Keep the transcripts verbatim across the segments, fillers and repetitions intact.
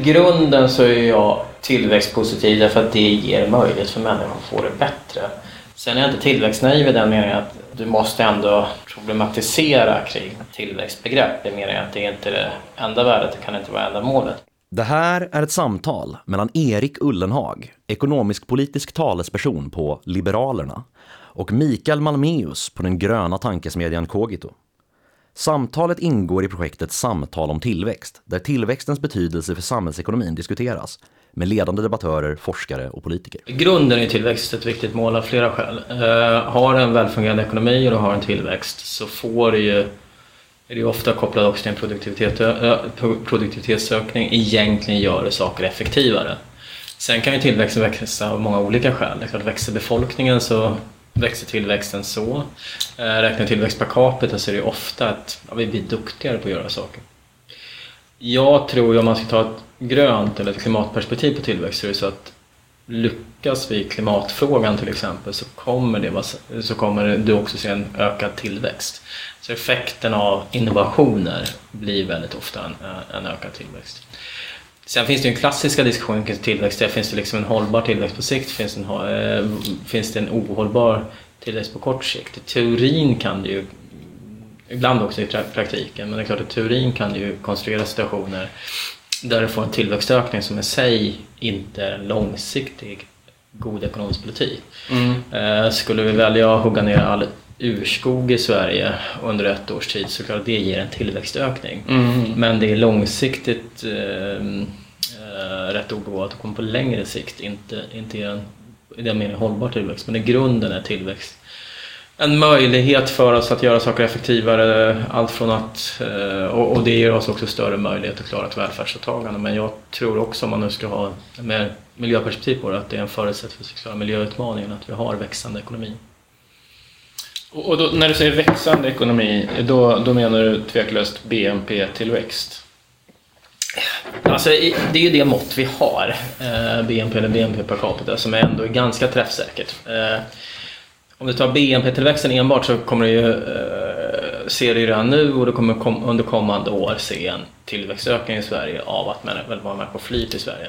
grunden så är jag tillväxtpositiv därför att det ger möjlighet för människor att få det bättre. Sen är jag inte tillväxtnaiv i den meningen att du måste ändå problematisera kring tillväxtbegrepp. Det menar jag att det är inte det enda värdet, det kan inte vara enda målet. Det här är ett samtal mellan Erik Ullenhag, ekonomisk-politisk talesperson på Liberalerna, och Mikael Malmeus på den gröna tankesmedjan Cogito. Samtalet ingår i projektet Samtal om tillväxt, där tillväxtens betydelse för samhällsekonomin diskuteras med ledande debattörer, forskare och politiker. I grunden är tillväxt ett viktigt mål av flera skäl. Uh, har en välfungerande ekonomi och du har en tillväxt så får du ju, är det ofta kopplat också till en produktivitet, uh, produktivitetsökning, egentligen gör det saker effektivare. Sen kan ju tillväxten växa av många olika skäl. Det är klart, växer befolkningen så växer tillväxten så. Uh, räknar tillväxt per capita så är det ofta att ja, vi blir duktigare på att göra saker. Jag tror ju om man ska ta ett grönt eller ett klimatperspektiv på tillväxt så är det så att lyckas vi i klimatfrågan till exempel så kommer, det, så kommer du också se en ökad tillväxt. Så effekten av innovationer blir väldigt ofta en, en ökad tillväxt. Sen finns det ju en klassiska diskussion kring tillväxt. Där finns det liksom en hållbar tillväxt på sikt, finns det en, äh, finns det en ohållbar tillväxt på kort sikt. I teorin kan det ju, ibland också i praktiken, men det är klart att teorin kan ju konstruera situationer där du får en tillväxtökning som i sig inte är en långsiktig god ekonomisk politik. Mm. Eh, skulle vi välja att hugga ner all urskog i Sverige under ett års tid så klart det ger en tillväxtökning. Mm. Men det är långsiktigt eh, rätt obegåvat att komma på längre sikt, inte, inte en, i den meningen hållbar tillväxt, men i grunden är tillväxt en möjlighet för oss att göra saker effektivare, allt från att, och det ger oss också större möjlighet att klara ett välfärdsåtagande. Men jag tror också, om man nu ska ha med miljöperspektiv på det, att det är en förutsättning för att klara miljöutmaningen, att vi har växande ekonomi. Och då, när du säger växande ekonomi, då, då menar du tveklöst B N P-tillväxt? Alltså, det är ju det mått vi har, B N P eller B N P per capita, som är ändå ganska träffsäkert. Om du tar B N P-tillväxten enbart så kommer du ju eh, se det redan nu, och du kommer kom, under kommande år se en tillväxtökning i Sverige av att man är väldigt många människor flyr till Sverige.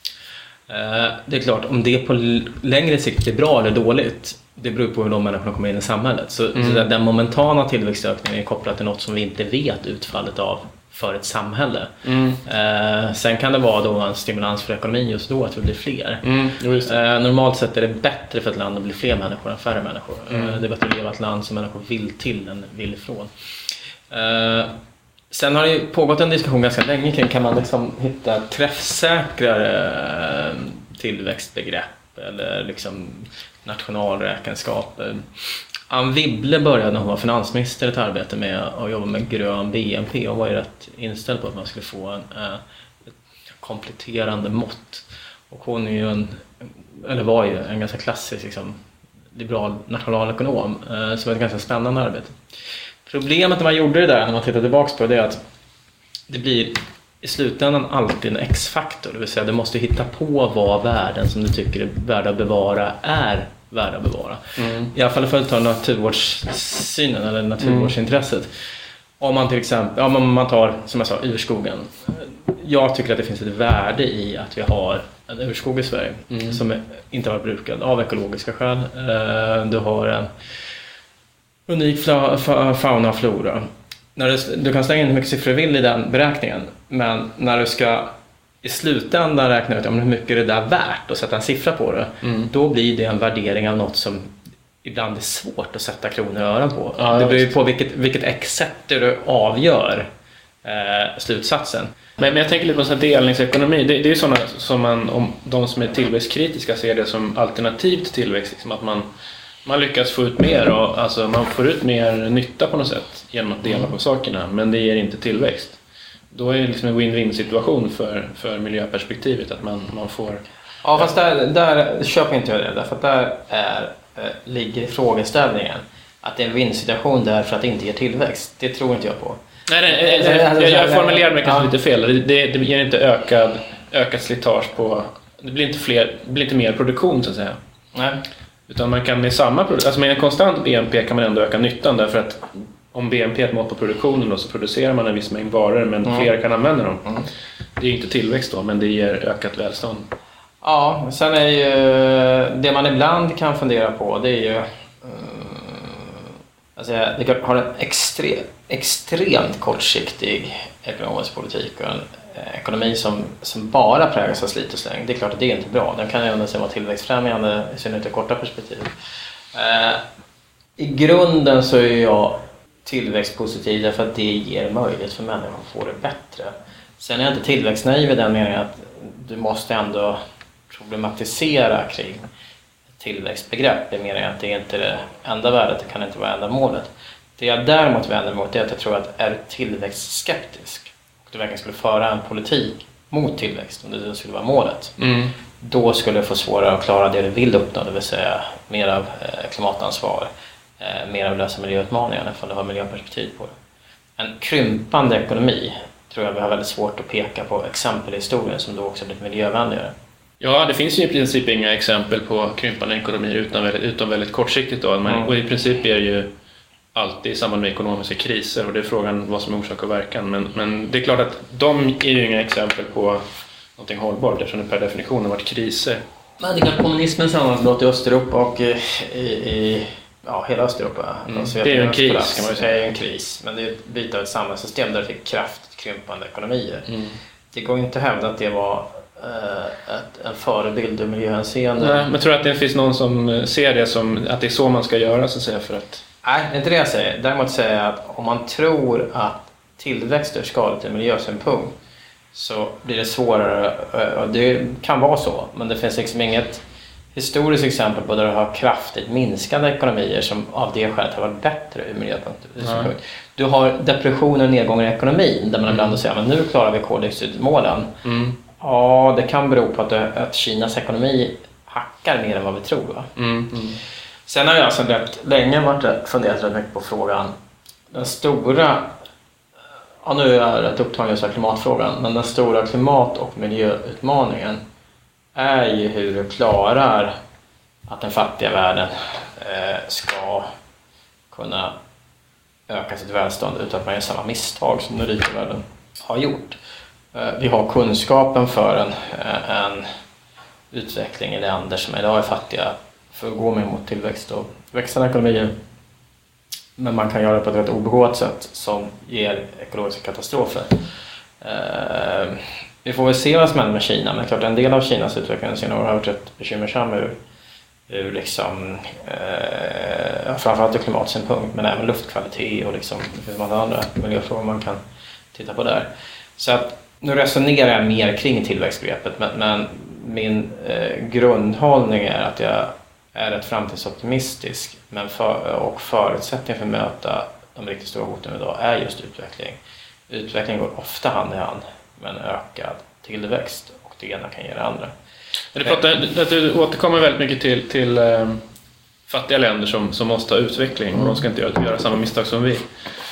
Eh, det är klart, om det på längre sikt är bra eller dåligt, det beror på hur de människorna kommer in i samhället. Så, mm. så den momentana tillväxtökningen är kopplad till något som vi inte vet utfallet av för ett samhälle. Mm. Eh, sen kan det vara då en stimulans för ekonomin just då att vi blir fler. Mm, eh, normalt sett är det bättre för ett land att bli fler människor än färre människor. Mm. Eh, det är bättre att leva ett land som människor vill till än vill ifrån. Eh, sen har det ju pågått en diskussion ganska länge kring, kan man liksom hitta träffsäkrare eh, tillväxtbegrepp eller liksom nationalräkenskaper. Anne Wibble började när hon var finansminister ett arbete med att jobba med grön B N P och var ju rätt inställd på att man skulle få en äh, kompletterande mått. Och hon är ju en, eller var ju en ganska klassisk liksom, liberal nationalekonom, äh, som är ett ganska spännande arbete. Problemet när man gjorde det där, när man tittar tillbaka på det, är att det blir i slutändan alltid en X-faktor. Det vill säga du måste hitta på vad värden som du tycker är värda att bevara är värda att bevara. Mm. I alla fall för att ta naturvårdssynen eller naturvårdsintresset. Mm. Om man till exempel, om man tar som jag sa urskogen. Jag tycker att det finns ett värde i att vi har en urskog i Sverige mm. som inte har varit brukad av ekologiska skäl. Du har en unik fauna och flora. När du, du kan slänga in hur mycket siffror du vill i den beräkningen, men när du ska i slutändan räkna ut om hur mycket det där är värt och sätta en siffra på det, mm. då blir det en värdering av något som ibland är svårt att sätta kronor och öron på. Ja, det beror ju på vilket, vilket exakt du avgör eh, slutsatsen. Men, men jag tänker lite på så här delningsekonomi. Det, det är ju sådana som man, om de som är tillväxtkritiska ser det som alternativ till tillväxt. Liksom att man, man lyckas få ut mer och alltså, man får ut mer nytta på något sätt genom att dela mm. på sakerna, men det ger inte tillväxt. Då är det liksom en win-win situation för, för miljöperspektivet, att man, man får... Ja, fast där, där köper inte jag det, därför att där är, äh, ligger frågeställningen att det är en vinnsituation där för att det inte ger tillväxt. Det tror inte jag på. Nej, nej, nej jag, jag, jag formulerar mig kanske ja. lite fel. Det, det ger inte ökad, ökad slitage på... Det blir inte, fler, det blir inte mer produktion så att säga. Nej. Utan man kan med samma... Alltså med en konstant B N P kan man ändå öka nyttan, därför att om B N P är ett mått på produktionen då, så producerar man en viss mängd varor, men mm. fler kan använda dem. Mm. det är inte tillväxt då, men det ger ökat välstånd. Ja, sen är ju det man ibland kan fundera på, det är ju uh, alltså det har en extre, extremt kortsiktig ekonomisk politik och en ekonomi som, som bara präglas av slit och släng. Det är klart att det är inte bra. Den kan ju ändå vara tillväxtfrämjande i synnerhet i korta perspektiv. Uh, I grunden så är jag tillväxtpositiv därför att det ger möjlighet för människor att få det bättre. Sen är jag inte tillväxtnaiv i den meningen att du måste ändå problematisera kring tillväxtbegrepp. Det menar jag att det är inte det enda värdet, det kan inte vara enda målet. Det jag däremot vänder mot är att jag tror att är tillväxtskeptisk och du verkligen skulle föra en politik mot tillväxt, om det skulle vara målet, mm. då skulle du få svårare att klara det du vill uppnå, det vill säga mer av klimatansvar, mer av lösa miljöutmaningar, för att ha miljöperspektiv på det. En krympande ekonomi tror jag vi har väldigt svårt att peka på exempel i historien som då också blivit miljövänligare. Ja, det finns ju i princip inga exempel på krympande ekonomier utan väldigt, utom väldigt kortsiktigt då. Men, mm. Och i princip är det ju alltid i samband med ekonomiska kriser och det är frågan vad som är orsak och verkan. Men, men det är klart att de är ju inga exempel på någonting hållbart eftersom det per definition har varit kriser. Men det är klart kommunismens sammanbrott i Östeuropa och i, i ja, hela Östeuropa. Mm. Det är ju en kris plats, kan man ju säga. Det är en kris, men det är ett byte av ett samhällssystem där det fick kraftigt krympande ekonomier. Mm. Det går inte att hävda att det var uh, ett, en förebild ur miljöhänseende. Nej, men tror du att det finns någon som ser det som att det är så man ska göra så att säga för att... Nej, det är inte det jag säger. Däremot säger jag att om man tror att tillväxt är skadligt ur miljösynpunkt så blir det svårare, och det kan vara så, men det finns liksom inget historiskt exempel på där du har kraftigt minskande ekonomier som av det skälet har varit bättre ur miljöpunkt. Mm. Du har depressioner och nedgångar i ekonomin där man ibland säger att nu klarar vi koldioxidmålen. Mm. Ja, det kan bero på att, det, att Kinas ekonomi hackar mer än vad vi tror. Va? Mm. Mm. Sen har jag alltså rätt länge varit funderat rätt mycket på frågan. Den stora, ja nu är jag rätt upptagen just av klimatfrågan, men den stora klimat- och miljöutmaningen är ju hur du klarar att den fattiga världen eh, ska kunna öka sitt välstånd utan att man gör samma misstag som den rika världen har gjort. Eh, vi har kunskapen för en, en utveckling i länder som idag är fattiga för att gå med mot tillväxt och växande ekonomier. Men man kan göra det på ett rätt obegåvat sätt som ger ekologiska katastrofer. Eh, Vi får väl se vad som händer med Kina, men klart en del av Kinas utveckling senare år har varit rätt bekymmersam ur, ur liksom, eh, framförallt ur klimatsynpunkt, men även luftkvalitet och liksom, det finns många andra miljöfrågor man kan titta på där. Så att, nu resonerar jag mer kring tillväxtbegreppet, men, men min eh, grundhållning är att jag är rätt framtidsoptimistisk, men för, och förutsättningen för att möta de riktigt stora hoten idag är just utveckling. Utveckling går ofta hand i hand med en ökad tillväxt och det ena kan ge det andra. Du, pratar, du återkommer väldigt mycket till, till eh, fattiga länder som, som måste ha utveckling och de ska inte göra, göra samma misstag som vi.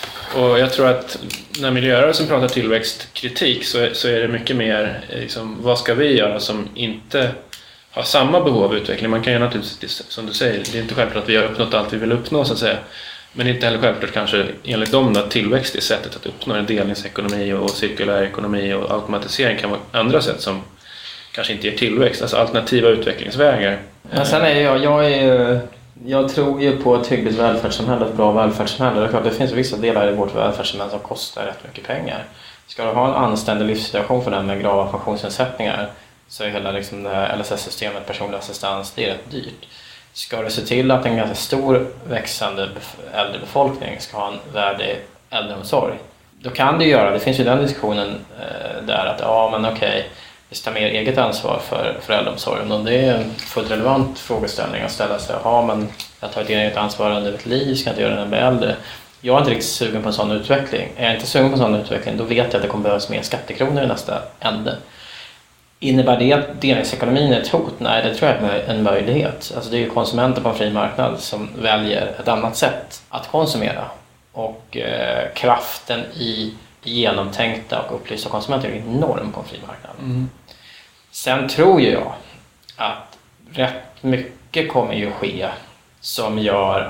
Och jag tror att när miljörörelsen pratar tillväxtkritik så, så är det mycket mer liksom, vad ska vi göra som inte har samma behov av utveckling. Man kan ju naturligtvis, som du säger, det är inte självklart att vi har uppnått allt vi vill uppnå så att säga. Men inte heller självklart kanske enligt dem att tillväxt är sättet att uppnå en delningsekonomi och cirkulär ekonomi och automatisering kan vara andra sätt som kanske inte ger tillväxt, alltså alternativa utvecklingsvägar. Men sen är jag, jag, är, jag tror ju på ett hyggligt välfärdssamhälle, ett bra välfärdssamhälle. Det är klart, det finns vissa delar i vårt välfärdssamhälle som kostar rätt mycket pengar. Ska du ha en anständig livssituation för den med grava funktionsnedsättningar så är hela liksom det här L S S-systemet, personlig assistans, det är rätt dyrt. Ska du se till att en ganska stor växande äldre befolkning ska ha en värdig äldreomsorg, då kan du göra, det finns ju den diskussionen eh, där att ja men okej, vi ska ta mer eget ansvar för, för äldreomsorgen och det är en fullt relevant frågeställning att ställa sig, ja men jag tar ett eget ansvar under ett liv, ska inte göra den med äldre. Jag är inte riktigt sugen på en sån utveckling. Är jag inte sugen på en sån utveckling, då vet jag att det kommer behövas mer skattekronor i nästa ände. Innebär det att delningsekonomin är ett hot? Nej, det tror jag är en möjlighet. Alltså det är ju konsumenter på en fri marknad som väljer ett annat sätt att konsumera. Och eh, kraften i genomtänkta och upplysta konsumenter är enorm på en fri marknad. Mm. Sen tror jag att rätt mycket kommer ju ske som gör att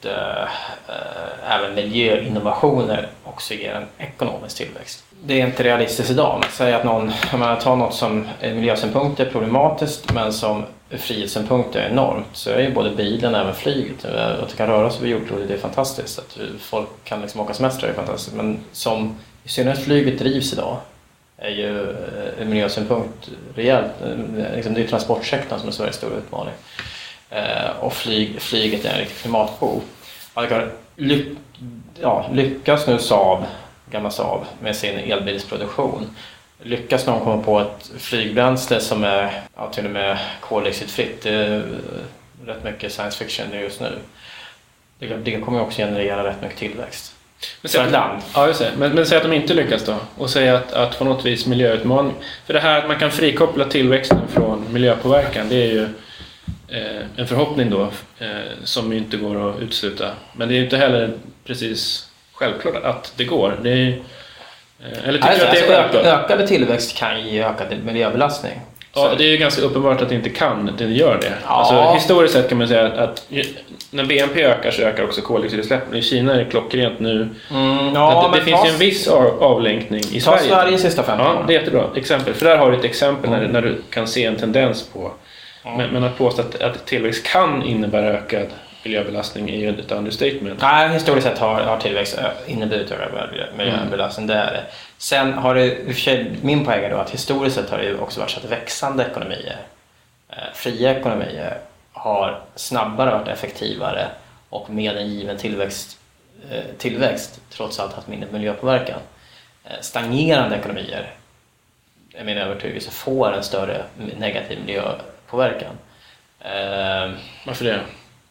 att eh, även miljöinnovationer också ger en ekonomisk tillväxt. Det är inte realistiskt idag. Man säger att någon, om man tar något som är miljösynpunkt är problematiskt men som frihetssynpunkt är enormt, så är ju både bilen och även flyget. Att det kan röra sig över jordklotet är fantastiskt. Att folk kan liksom åka semester är fantastiskt. Men som i synnerhet flyget drivs idag är ju ur miljösynpunkt rejält. Liksom det är transportsektorn som är Sveriges stora utmaning. Och flyg, flyget är en riktig klimatbov. Ly, ja, lyckas nu Saab, gamla Saab, med sin elbilsproduktion. Lyckas någon komma på ett flygbränsle som är ja, till och med koldioxidfritt. Det är rätt mycket science fiction just nu. Det, det kommer också generera rätt mycket tillväxt. Men säg, att, land. Ja, just det. Men, men säg att de inte lyckas då och säga att, att på något vis miljöutmaning. För det här att man kan frikoppla tillväxten från miljöpåverkan, det är ju eh, en förhoppning då eh, som inte går att utsluta. Men det är ju inte heller precis självklart att det går. Det är, eh, eller tycker alltså, du att det är alltså, ökade tillväxt kan ge ökad miljöbelastning. Ja, det är ju ganska uppenbart att det inte kan, det gör det. Ja. Alltså, historiskt sett kan man säga att när B N P ökar så ökar också koldioxidutsläppen. I Kina är det klockrent nu. Mm, ja, det det finns ju en viss avlänkning i ta Sverige. Sverige sista femton år. Ja, det är jättebra. Exempel. För där har du ett exempel mm. när, när du kan se en tendens på. Mm. Men, men att påstå att, att tillväxt kan innebära ökad miljöbelastning är ju ett understatement. Nej, historiskt sett har, har tillväxt inneburit ökad miljöbelastning. Mm. Det är det. Sen har det, i och för sig, min poäng är då att historiskt sett har det ju också varit så att växande ekonomier, eh, fria ekonomier, har snabbare varit effektivare och med en given tillväxt, eh, tillväxt trots allt haft mindre miljöpåverkan. Eh, stagnerande ekonomier, är min övertygelse, får en större negativ miljöpåverkan. Eh, Varför det?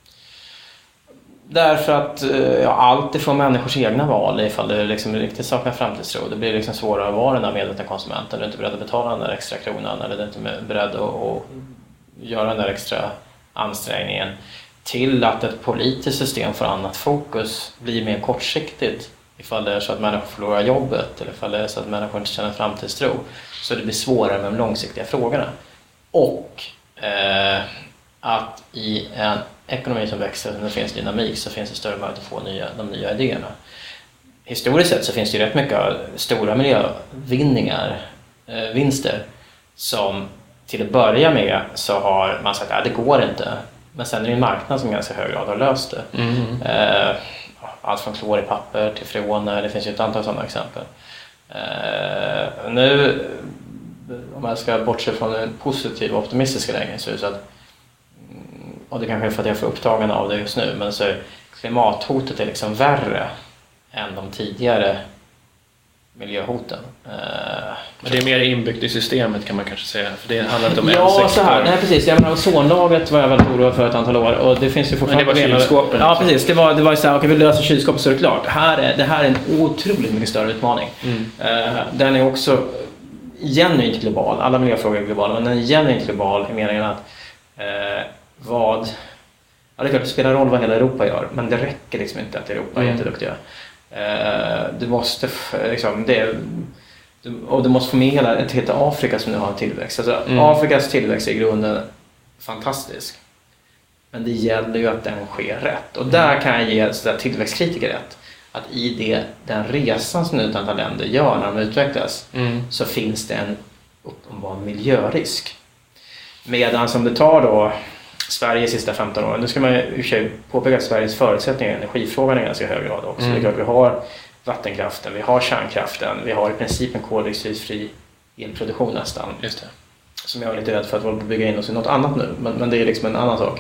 Därför att ja, allt ifrån människors egna val, ifall du liksom riktigt saknar framtidstro, det blir liksom svårare att vara den där medvetna konsumenten. Du är inte beredd att betala den där extra kronan eller du är inte beredd att, att göra den där extra ansträngningen, till att ett politiskt system får annat fokus, blir mer kortsiktigt. Ifall det är så att människor förlorar jobbet eller ifall det är så att människor inte känner framtidstro, så det blir svårare med de långsiktiga frågorna. Och eh, att i en ekonomi som växer, när det finns dynamik, så finns det större möjlighet att få nya, de nya idéerna. Historiskt sett så finns det ju rätt mycket stora miljövinningar, eh, vinster, som till att börja med så har man sagt att det går inte. Men sen är det en marknad som i ganska hög grad har löst det. Mm. Eh, allt från klor i papper till freoner, det finns ju ett antal sådana exempel. Eh, nu, om jag ska bortse från en positiv och optimistisk läge, så är det så att, och det kanske är för att jag får upptagen av det just nu, men så är klimathotet är liksom värre än de tidigare miljöhoten. Men det är mer inbyggt i systemet, kan man kanske säga, för det handlar inte om en ja, sektor. Så här, nej precis, jag menar ozonlagret var jag väldigt oroad för ett antal år, och det finns ju fortfarande. Men det var kylskåpen. Ja precis, det var, det var så här, okej, vi löser kylskåpet så är det klart. Här är, det här är en otroligt mycket större utmaning. Mm. Den är också genuint global, alla miljöfrågor är globala, men den är genuint global i meningen att eh, vad, ja det är klart det spelar roll vad hela Europa gör, men det räcker liksom inte att Europa är mm. jätteduktiga. Eh, du måste liksom, det, och du måste få med hela ett helt Afrika som nu har en tillväxt. Alltså, mm. Afrikas tillväxt är i grunden fantastisk, men det gäller ju att den sker rätt, och där kan jag ge så där tillväxtkritiker rätt, att i det, den resan som nu ett antal länder gör när de utvecklas, mm. så finns det en uppenbar miljörisk. Medan som det tar då Sverige sista femton år, nu ska man ju i och för sig påpeka att Sveriges förutsättningar i energifrågan är ganska hög grad också. Mm. Det är klart, vi har vattenkraften, vi har kärnkraften, vi har i princip en koldioxidfri elproduktion nästan. Just det. Som jag är lite rädd för att vi bygga in oss i något annat nu, men, men det är liksom en annan sak.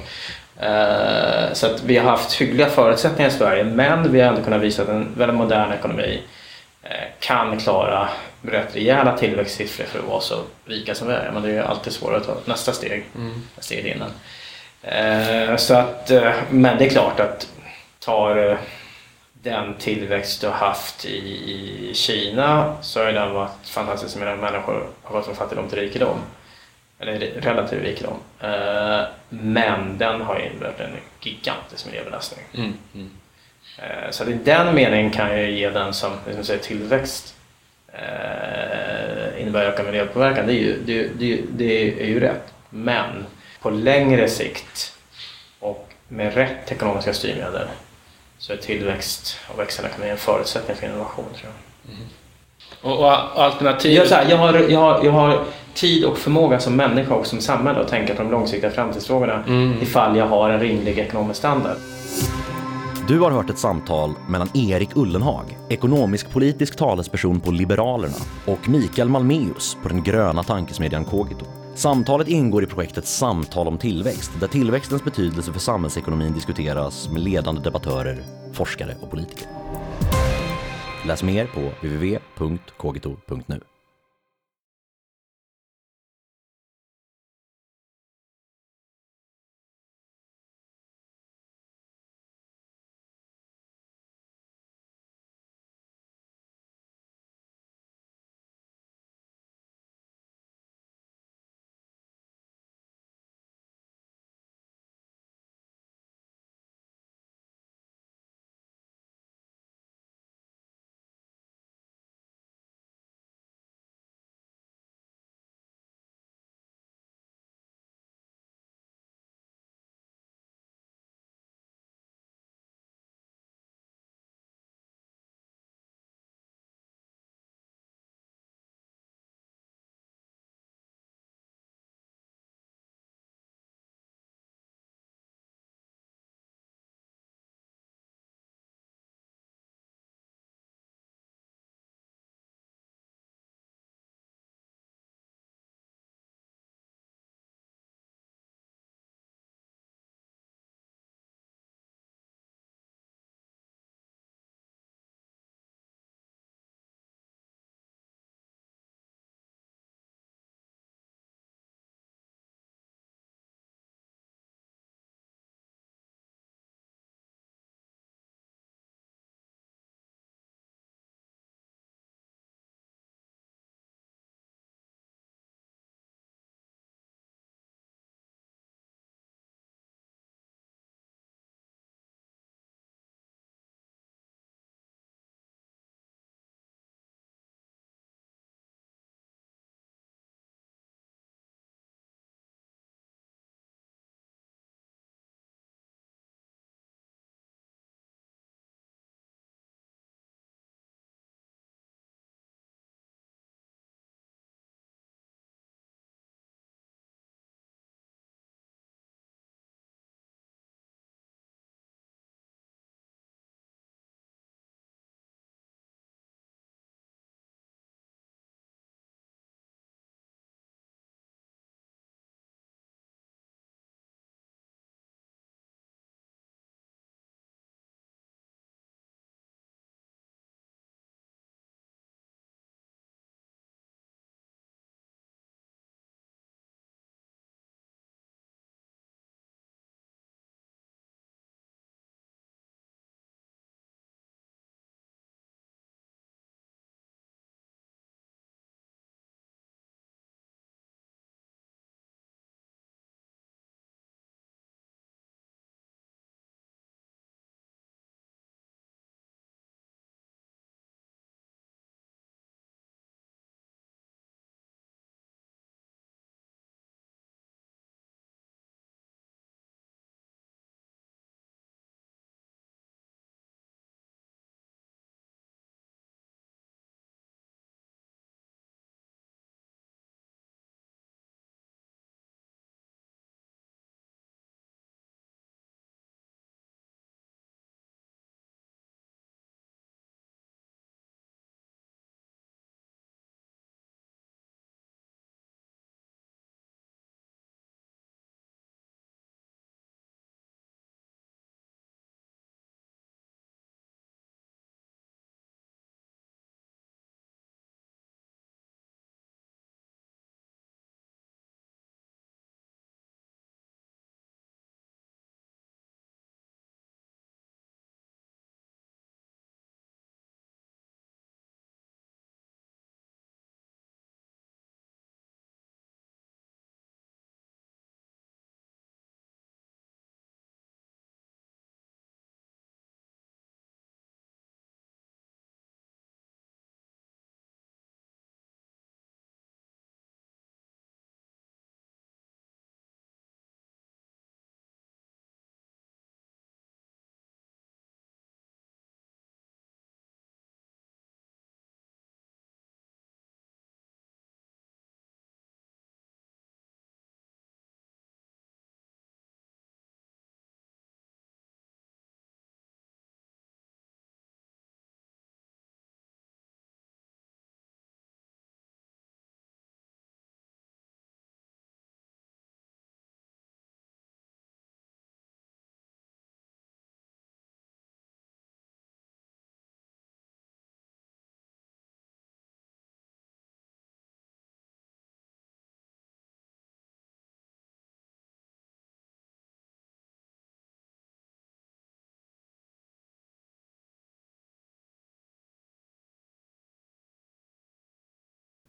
Uh, så att vi har haft hyggliga förutsättningar i Sverige, men vi har ändå kunnat visa att en väldigt modern ekonomi uh, kan klara rätt rejäla tillväxtsiffror för att vara så rika som vi är. Men det är alltid svårare att ta nästa steg, mm. steget innan. Uh, så att, uh, men det är klart att tar uh, den tillväxt du har haft i, i Kina, så har den varit fantastisk, med människor har gått från fattigdom till rikedom. Eller relativ rikedom. Uh, men den har ju inneburit en gigantisk miljöbelastning. Mm. Mm. Uh, så att i den meningen kan jag ge den som, som säger, tillväxt uh, innebär ökad miljöpåverkan. Det är, ju, det, det, det är ju rätt. Men på längre sikt och med rätt ekonomiska styrmedel så är tillväxt och växande ekonomi en förutsättning för innovation, tror jag. Mm. Och, och alternativ... Jag, så här, jag, har, jag, har, jag har tid och förmåga som människa och som samhälle att tänka på de långsiktiga framtidsfrågorna mm. ifall jag har en rimlig ekonomisk standard. Du har hört ett samtal mellan Erik Ullenhag, ekonomisk-politisk talesperson på Liberalerna, och Mikael Malmeus på den gröna tankesmedjan Kogito. Samtalet ingår i projektet Samtal om tillväxt, där tillväxtens betydelse för samhällsekonomin diskuteras med ledande debattörer, forskare och politiker. Läs mer på w w w punkt kogito punkt nu.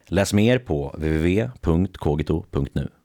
Läs mer på w w w punkt kogito punkt nu.